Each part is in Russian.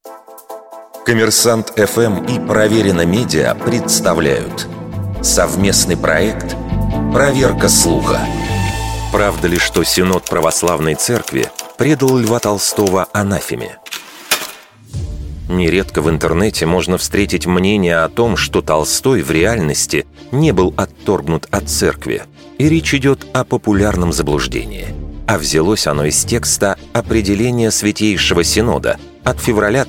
Коммерсант ФМ и Проверено Медиа представляют совместный проект «Проверка слуха». Правда ли, что Синод Православной Церкви предал Льва Толстого анафеме? Нередко в интернете можно встретить мнение о том, что Толстой в реальности не был отторгнут от церкви, и речь идет о популярном заблуждении. А взялось оно из текста определения Святейшего Синода от февраля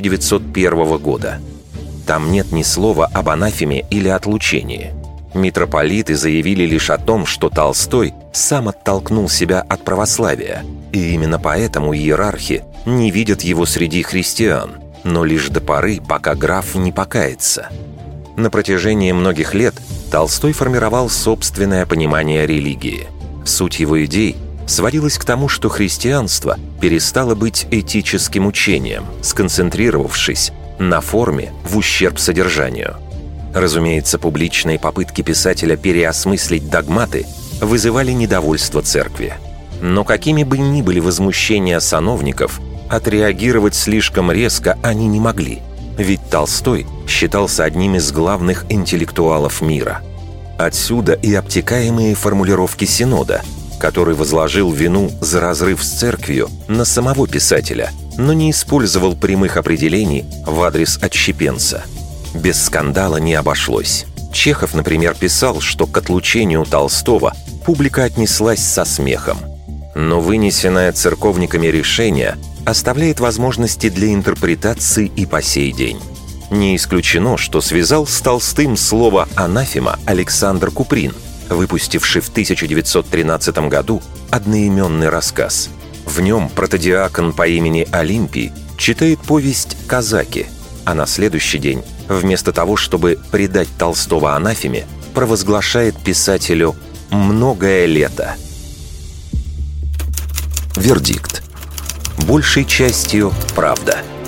1901 года. Там нет ни слова об анафеме или отлучении. Митрополиты заявили лишь о том, что Толстой сам оттолкнул себя от православия, и именно поэтому иерархи не видят его среди христиан, но лишь до поры, пока граф не покается. На протяжении многих лет Толстой формировал собственное понимание религии. Суть его идей сводилась к тому, что христианство перестало быть этическим учением, сконцентрировавшись на форме в ущерб содержанию. Разумеется, публичные попытки писателя переосмыслить догматы вызывали недовольство церкви. Но какими бы ни были возмущения сановников, отреагировать слишком резко они не могли, ведь Толстой считался одним из главных интеллектуалов мира. Отсюда и обтекаемые формулировки Синода, который возложил вину за разрыв с церковью на самого писателя, но не использовал прямых определений в адрес отщепенца. Без скандала не обошлось. Чехов, например, писал, что к отлучению Толстого публика отнеслась со смехом. Но вынесенное церковниками решение оставляет возможности для интерпретации и по сей день. Не исключено, что связал с Толстым слово «анафема» Александр Куприн, выпустивший в 1913 году одноименный рассказ. В нем протодиакон по имени Олимпий читает повесть «Казаки», а на следующий день, вместо того, чтобы предать Толстого анафеме, провозглашает писателю «многое лето». Вердикт. Большей частью правда.